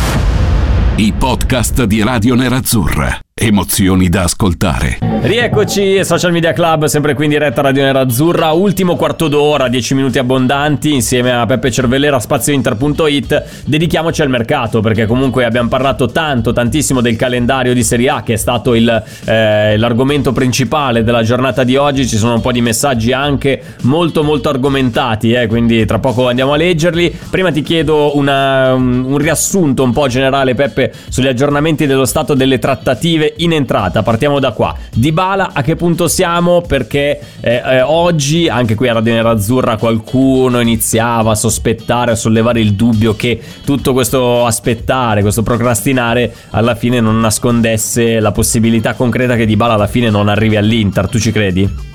D: I podcast di Radio Nerazzurra. Emozioni da ascoltare.
E: Rieccoci, Social Media Club, sempre qui in diretta a Radio Nerazzurra. Ultimo quarto d'ora, 10 minuti abbondanti, insieme a Peppe Cervellera, spaziointer.it. Dedichiamoci al mercato, perché comunque abbiamo parlato tantissimo del calendario di Serie A, che è stato l'argomento principale della giornata di oggi. Ci sono un po' di messaggi anche molto argomentati, quindi tra poco andiamo a leggerli. Prima ti chiedo un riassunto un po' generale, Peppe, sugli aggiornamenti dello stato delle trattative in entrata. Partiamo da qua. Dybala, a che punto siamo? Perché oggi anche qui a Radio Nerazzurra qualcuno iniziava a sospettare, a sollevare il dubbio che tutto questo aspettare, questo procrastinare alla fine non nascondesse la possibilità concreta che Dybala alla fine non arrivi all'Inter. Tu ci credi?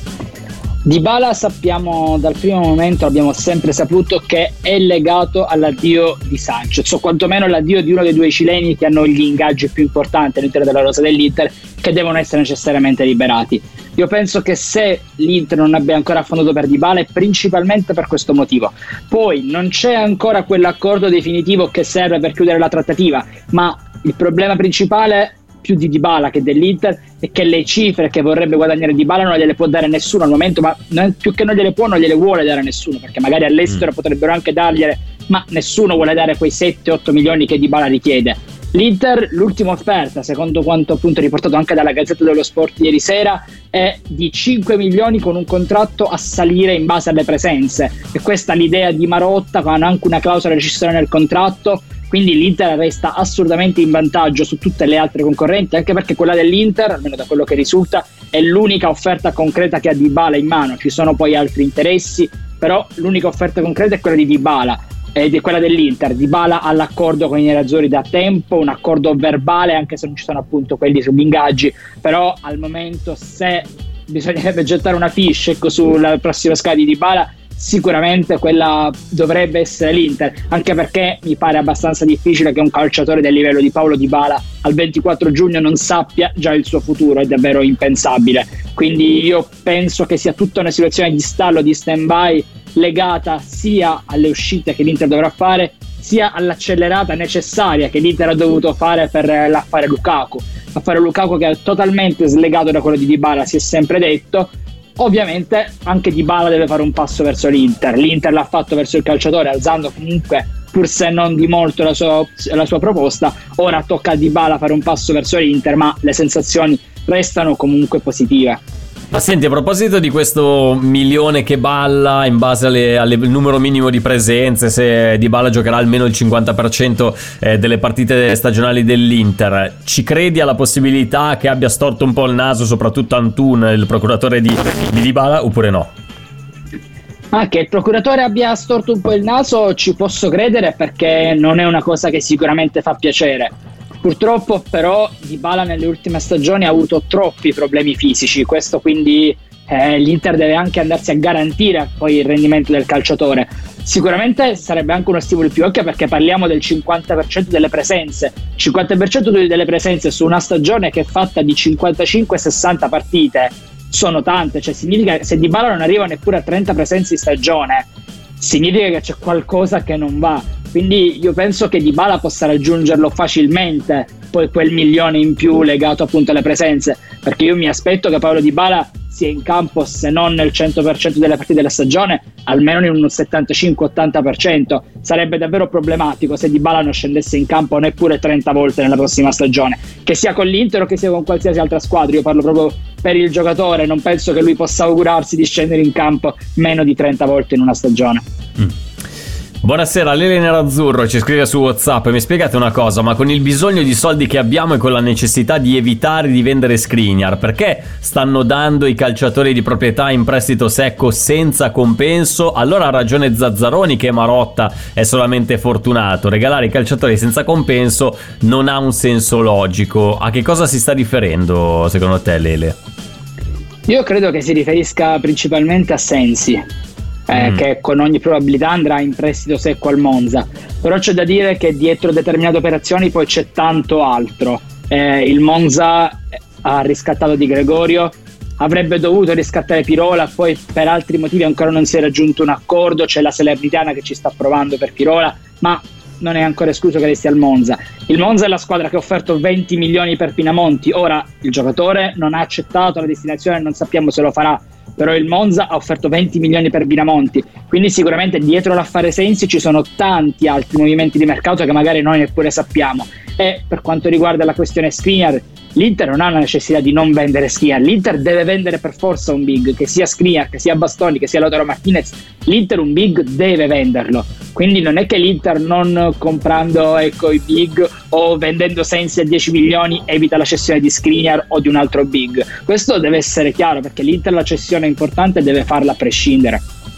F: Dybala sappiamo dal primo momento, abbiamo sempre saputo che è legato all'addio di Sanchez, o quantomeno all'addio di uno dei due cileni che hanno gli ingaggi più importanti all'interno della rosa dell'Inter, che devono essere necessariamente liberati. Io penso che se l'Inter non abbia ancora affondato per Dybala è principalmente per questo motivo. Poi non c'è ancora quell'accordo definitivo che serve per chiudere la trattativa, ma il problema principale, più di Dybala che dell'Inter, è che le cifre che vorrebbe guadagnare Dybala non gliele può dare nessuno al momento, ma più che non gliele può, non gliele vuole dare nessuno, perché magari all'estero potrebbero anche dargliele, ma nessuno vuole dare quei 7-8 milioni che Dybala richiede. L'Inter, l'ultima offerta, secondo quanto appunto riportato anche dalla Gazzetta dello Sport ieri sera, è di 5 milioni con un contratto a salire in base alle presenze, e questa è l'idea di Marotta, con anche una clausola rescissoria nel contratto. Quindi l'Inter resta assolutamente in vantaggio su tutte le altre concorrenti, anche perché quella dell'Inter, almeno da quello che risulta, è l'unica offerta concreta che ha Dybala in mano. Ci sono poi altri interessi, però l'unica offerta concreta è quella di Dybala ed è quella dell'Inter. Dybala ha l'accordo con i nerazzurri da tempo, un accordo verbale, anche se non ci sono appunto quelli sugli ingaggi, però al momento, se bisognerebbe gettare una fiche sulla prossima scala di Dybala, sicuramente quella dovrebbe essere l'Inter, anche perché mi pare abbastanza difficile che un calciatore del livello di Paulo Dybala al 24 giugno non sappia già il suo futuro. È davvero impensabile. Quindi io penso che sia tutta una situazione di stallo, di stand-by, legata sia alle uscite che l'Inter dovrà fare, sia all'accelerata necessaria che l'Inter ha dovuto fare per l'affare Lukaku. L'affare Lukaku che è totalmente slegato da quello di Dybala, si è sempre detto. Ovviamente anche Dybala deve fare un passo verso l'Inter. L'Inter l'ha fatto verso il calciatore, alzando comunque, pur se non di molto, la sua proposta. Ora tocca a Dybala fare un passo verso l'Inter, ma le sensazioni restano comunque positive.
E: Ma senti, a proposito di questo milione che balla in base al numero minimo di presenze, se Dybala giocherà almeno il 50% delle partite stagionali dell'Inter, ci credi alla possibilità che abbia storto un po' il naso soprattutto Antun, il procuratore di Dybala, oppure no?
F: Che il procuratore abbia storto un po' il naso ci posso credere, perché non è una cosa che sicuramente fa piacere. Purtroppo però Dybala nelle ultime stagioni ha avuto troppi problemi fisici, questo quindi l'Inter deve anche andarsi a garantire poi il rendimento del calciatore. Sicuramente sarebbe anche uno stimolo più, anche perché parliamo del 50% delle presenze. 50% delle presenze su una stagione che è fatta di 55-60 partite sono tante, cioè significa che se Dybala non arriva neppure a 30 presenze in stagione, significa che c'è qualcosa che non va. Quindi io penso che Dybala possa raggiungerlo facilmente, poi quel milione in più legato appunto alle presenze, perché io mi aspetto che Paulo Dybala sia in campo, se non nel 100% delle partite della stagione, almeno in un 75-80%. Sarebbe davvero problematico se Dybala non scendesse in campo neppure 30 volte nella prossima stagione, che sia con l'Inter o che sia con qualsiasi altra squadra. Io parlo proprio per il giocatore, non penso che lui possa augurarsi di scendere in campo meno di 30 volte in una stagione.
E: Buonasera, Lele Nerazzurro ci scrive su WhatsApp: mi spiegate una cosa, ma con il bisogno di soldi che abbiamo e con la necessità di evitare di vendere Skriniar, perché stanno dando i calciatori di proprietà in prestito secco senza compenso? Allora ha ragione Zazzaroni che Marotta è solamente fortunato. Regalare i calciatori senza compenso non ha un senso logico. A che cosa si sta riferendo secondo te, Lele?
F: Io credo che si riferisca principalmente a Sensi. Che con ogni probabilità andrà in prestito secco al Monza, però c'è da dire che dietro determinate operazioni poi c'è tanto altro. Il Monza ha riscattato Di Gregorio, avrebbe dovuto riscattare Pirola, poi per altri motivi ancora non si è raggiunto un accordo. C'è la Salernitana che ci sta provando per Pirola, ma non è ancora escluso che resti al Monza. Il Monza è la squadra che ha offerto 20 milioni per Pinamonti. Ora il giocatore non ha accettato la destinazione, non sappiamo se lo farà, però il Monza ha offerto 20 milioni per Pinamonti, quindi sicuramente dietro l'affare Sensi ci sono tanti altri movimenti di mercato che magari noi neppure sappiamo. E per quanto riguarda la questione Skriniar, l'Inter non ha la necessità di non vendere Skriniar, l'Inter deve vendere per forza un big, che sia Skriniar, che sia Bastoni, che sia Lautaro Martinez. L'Inter un big deve venderlo, quindi non è che l'Inter non comprando i big o vendendo Sensi a 10 milioni evita la cessione di Skriniar o di un altro big. Questo deve essere chiaro, perché l'Inter la cessione importante deve farla a prescindere.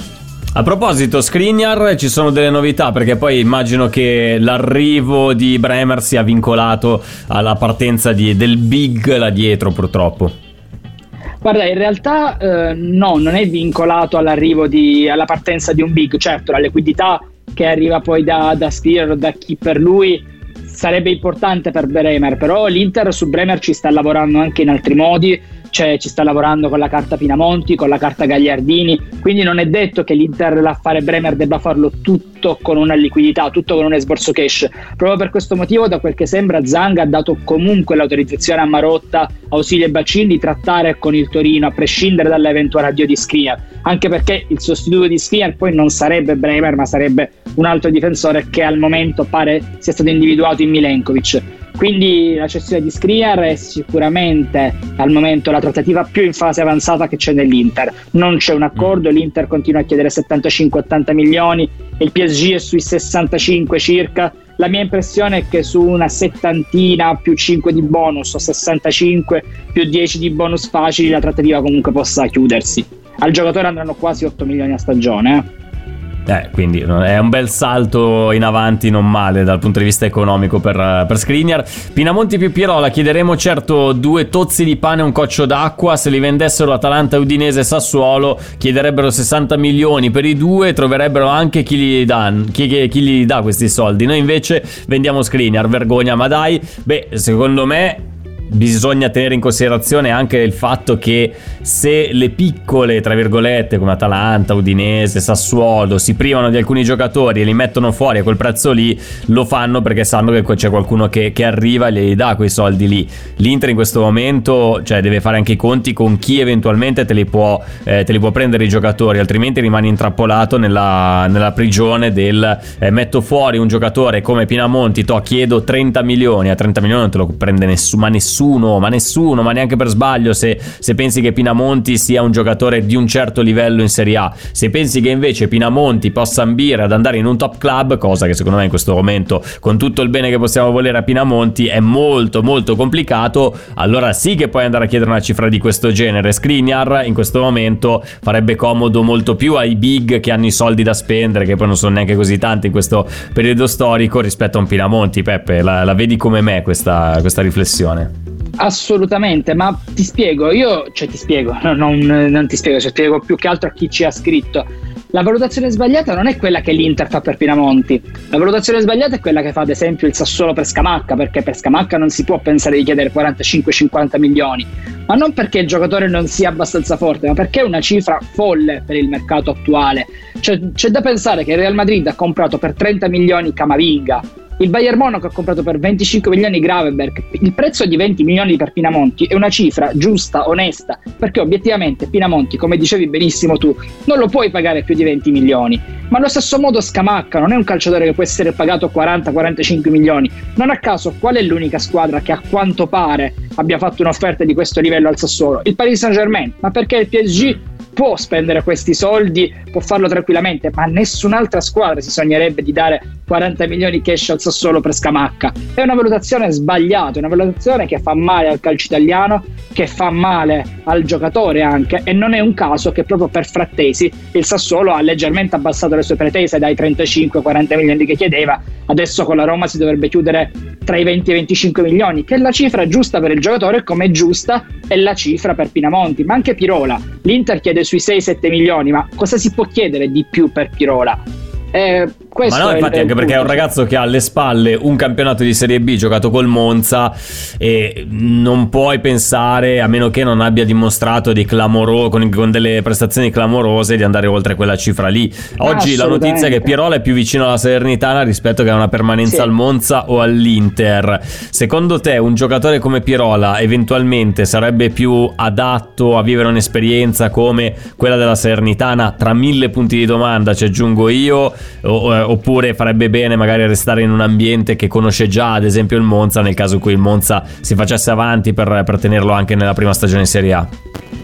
E: A proposito, Skriniar, ci sono delle novità, perché poi immagino che l'arrivo di Bremer sia vincolato alla partenza del big là dietro, purtroppo.
F: Guarda, in realtà no, non è vincolato alla partenza di un big. Certo, la liquidità che arriva poi da Skriniar, da chi per lui, sarebbe importante per Bremer, però l'Inter su Bremer ci sta lavorando anche in altri modi. Cioè, ci sta lavorando con la carta Pinamonti, con la carta Gagliardini, quindi non è detto che l'Inter l'affare Bremer debba farlo tutto con una liquidità, tutto con un esborso cash. Proprio per questo motivo, da quel che sembra, Zang ha dato comunque l'autorizzazione a Marotta, Ausilio e Bacin di trattare con il Torino a prescindere dall'eventuale addio di Skriniar, anche perché il sostituto di Skriniar poi non sarebbe Bremer, ma sarebbe un altro difensore che al momento pare sia stato individuato in Milenkovic. Quindi la cessione di Skriniar è sicuramente al momento la trattativa più in fase avanzata che c'è nell'Inter. Non c'è un accordo, l'Inter continua a chiedere 75-80 milioni, il PSG è sui 65 circa. La mia impressione è che su una settantina più 5 di bonus o 65 più 10 di bonus facili la trattativa comunque possa chiudersi. Al giocatore andranno quasi 8 milioni a stagione.
E: Quindi è un bel salto in avanti, non male dal punto di vista economico per Skriniar. Pinamonti più Pirola, chiederemo certo 2 tozzi di pane e un coccio d'acqua. Se li vendessero Atalanta, Udinese e Sassuolo chiederebbero 60 milioni per i 2, troverebbero anche chi gli dà questi soldi. Noi invece vendiamo Skriniar, vergogna, ma dai. Secondo me bisogna tenere in considerazione anche il fatto che se le piccole, tra virgolette, come Atalanta, Udinese, Sassuolo si privano di alcuni giocatori e li mettono fuori a quel prezzo lì, lo fanno perché sanno che c'è qualcuno che arriva e gli dà quei soldi lì. L'Inter in questo momento deve fare anche i conti con chi eventualmente te li può prendere i giocatori, altrimenti rimani intrappolato nella prigione del metto fuori un giocatore come Pinamonti, chiedo 30 milioni, a 30 milioni non te lo prende nessuno, ma neanche per sbaglio, se pensi che Pinamonti sia un giocatore di un certo livello in Serie A. Se pensi che invece Pinamonti possa ambire ad andare in un top club, cosa che secondo me in questo momento, con tutto il bene che possiamo volere a Pinamonti, è molto molto complicato, allora sì che puoi andare a chiedere una cifra di questo genere. Skriniar in questo momento farebbe comodo molto più ai big che hanno i soldi da spendere, che poi non sono neanche così tanti in questo periodo storico, rispetto a un Pinamonti. Peppe, la vedi come me questa riflessione?
F: Assolutamente, ma ti spiego, non ti spiego, spiego più che altro a chi ci ha scritto. La valutazione sbagliata non è quella che l'Inter fa per Pinamonti, la valutazione sbagliata è quella che fa ad esempio il Sassuolo per Scamacca, perché per Scamacca non si può pensare di chiedere 45-50 milioni, ma non perché il giocatore non sia abbastanza forte, ma perché è una cifra folle per il mercato attuale. C'è da pensare che il Real Madrid ha comprato per 30 milioni Camavinga, il Bayern Monaco ha comprato per 25 milioni Gravenberch. Il prezzo di 20 milioni per Pinamonti è una cifra giusta, onesta, perché obiettivamente Pinamonti, come dicevi benissimo tu, non lo puoi pagare più di 20 milioni. Ma allo stesso modo Scamacca non è un calciatore che può essere pagato 40-45 milioni. Non a caso, qual è l'unica squadra che a quanto pare abbia fatto un'offerta di questo livello al Sassuolo? Il Paris Saint-Germain. Ma perché il PSG può spendere questi soldi, può farlo tranquillamente, ma nessun'altra squadra si sognerebbe di dare 40 milioni cash al Sassuolo per Scamacca. È una valutazione sbagliata, una valutazione che fa male al calcio italiano, che fa male al giocatore anche, e non è un caso che proprio per Frattesi il Sassuolo ha leggermente abbassato le sue pretese dai 35-40 milioni che chiedeva. Adesso con la Roma si dovrebbe chiudere tra i 20 e i 25 milioni, che è la cifra giusta per il giocatore, come giusta è la cifra per Pinamonti, ma anche Pirola. L'Inter chiede sui 6-7 milioni, ma cosa si può chiedere di più per Pirola?
E: Ma no, infatti, anche perché è un ragazzo che ha alle spalle un campionato di Serie B giocato col Monza, e non puoi pensare, a meno che non abbia dimostrato di con delle prestazioni clamorose, di andare oltre quella cifra lì. Oggi la notizia è che Pirola è più vicino alla Salernitana rispetto che a una permanenza al Monza o all'Inter. Secondo te un giocatore come Pirola eventualmente sarebbe più adatto a vivere un'esperienza come quella della Salernitana, tra 1000 punti di domanda ci aggiungo io, oppure farebbe bene magari restare in un ambiente che conosce già, ad esempio il Monza, nel caso in cui il Monza si facesse avanti per tenerlo anche nella prima stagione in Serie A?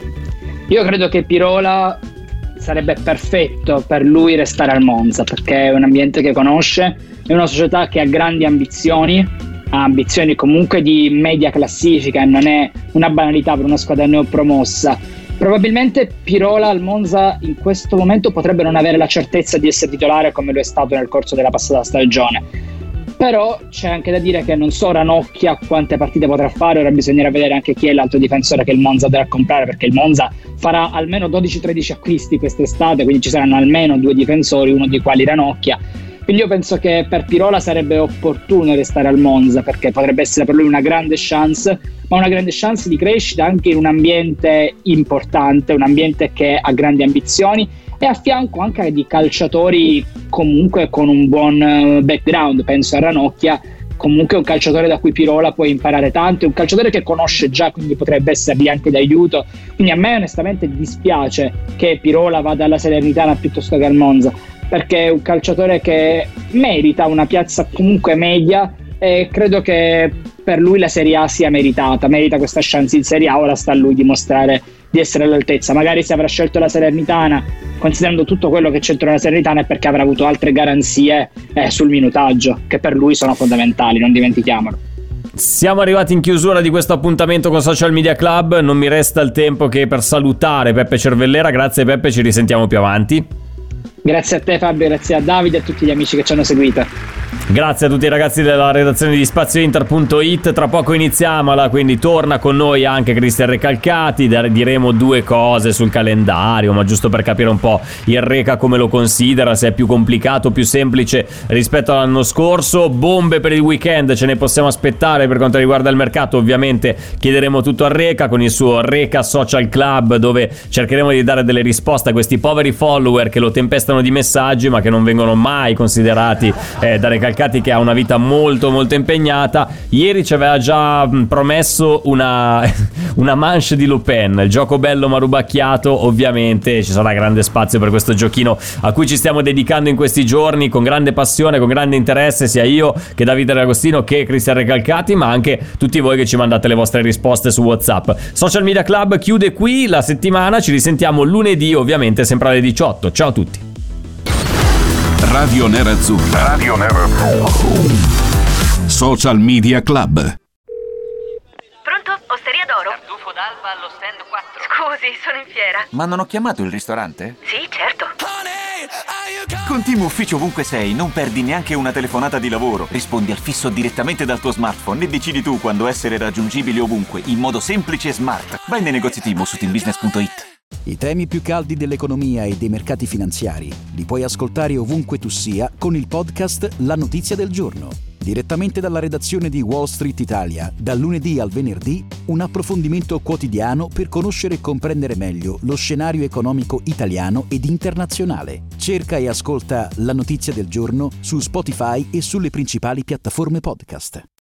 F: Io credo che Pirola sarebbe perfetto per lui restare al Monza, perché è un ambiente che conosce, è una società che ha grandi ambizioni, ha ambizioni comunque di media classifica, e non è una banalità per una squadra neopromossa. Probabilmente Pirola al Monza in questo momento potrebbe non avere la certezza di essere titolare come lo è stato nel corso della passata stagione, però c'è anche da dire che non so Ranocchia quante partite potrà fare. Ora bisognerà vedere anche chi è l'altro difensore che il Monza dovrà comprare, perché il Monza farà almeno 12-13 acquisti quest'estate, quindi ci saranno almeno 2 difensori, uno dei quali Ranocchia. Quindi io penso che per Pirola sarebbe opportuno restare al Monza, perché potrebbe essere per lui una grande chance, ma una grande chance di crescita anche in un ambiente importante, un ambiente che ha grandi ambizioni, e a fianco anche di calciatori comunque con un buon background. Penso a Ranocchia, comunque un calciatore da cui Pirola può imparare tanto, è un calciatore che conosce già, quindi potrebbe essergli anche d'aiuto. Quindi a me onestamente dispiace che Pirola vada alla Salernitana piuttosto che al Monza, perché è un calciatore che merita una piazza comunque media, e credo che per lui la Serie A sia meritata, merita questa chance in Serie A. Ora sta a lui dimostrare di essere all'altezza. Magari se avrà scelto la Salernitana, considerando tutto quello che c'entra nella Salernitana, è perché avrà avuto altre garanzie sul minutaggio, che per lui sono fondamentali, non dimentichiamolo.
E: Siamo arrivati in chiusura di questo appuntamento con Social Media Club. Non mi resta il tempo che per salutare Peppe Cervellera. Grazie Peppe, ci risentiamo più avanti.
F: Grazie a te Fabio, grazie a Davide e a tutti gli amici che ci hanno seguito.
E: Grazie a tutti i ragazzi della redazione di spaziointer.it. Tra poco iniziamola, quindi torna con noi anche Cristian Recalcati. Diremo 2 cose sul calendario, ma giusto per capire un po' il Reca come lo considera, se è più complicato o più semplice rispetto all'anno scorso. Bombe per il weekend ce ne possiamo aspettare per quanto riguarda il mercato. Ovviamente chiederemo tutto al Reca con il suo Reca Social Club, dove cercheremo di dare delle risposte a questi poveri follower che lo tempestano di messaggi ma che non vengono mai considerati da Recalcati, che ha una vita molto molto impegnata. Ieri ci aveva già promesso una manche di Lupin, il gioco bello ma rubacchiato. Ovviamente ci sarà grande spazio per questo giochino a cui ci stiamo dedicando in questi giorni con grande passione, con grande interesse, sia io che Davide D'Agostino che Cristian Recalcati, ma anche tutti voi che ci mandate le vostre risposte su WhatsApp. Social Media Club chiude qui la settimana, ci risentiamo lunedì ovviamente sempre alle 18. Ciao a tutti.
D: Radio Nerazzurra. Radio Nerazzurra. Social Media Club.
B: Pronto? Osteria d'Oro?
J: Tartufo d'Alba allo stand 4.
B: Scusi, sono in fiera.
C: Ma non ho chiamato il ristorante?
B: Sì, certo.
C: Con Team Ufficio ovunque sei, non perdi neanche una telefonata di lavoro. Rispondi al fisso direttamente dal tuo smartphone e decidi tu quando essere raggiungibile ovunque, in modo semplice e smart. Vai nei negozi Team o su teambusiness.it.
I: I temi più caldi dell'economia e dei mercati finanziari li puoi ascoltare ovunque tu sia con il podcast La Notizia del Giorno. Direttamente dalla redazione di Wall Street Italia, dal lunedì al venerdì, un approfondimento quotidiano per conoscere e comprendere meglio lo scenario economico italiano ed internazionale. Cerca e ascolta La Notizia del Giorno su Spotify e sulle principali piattaforme podcast.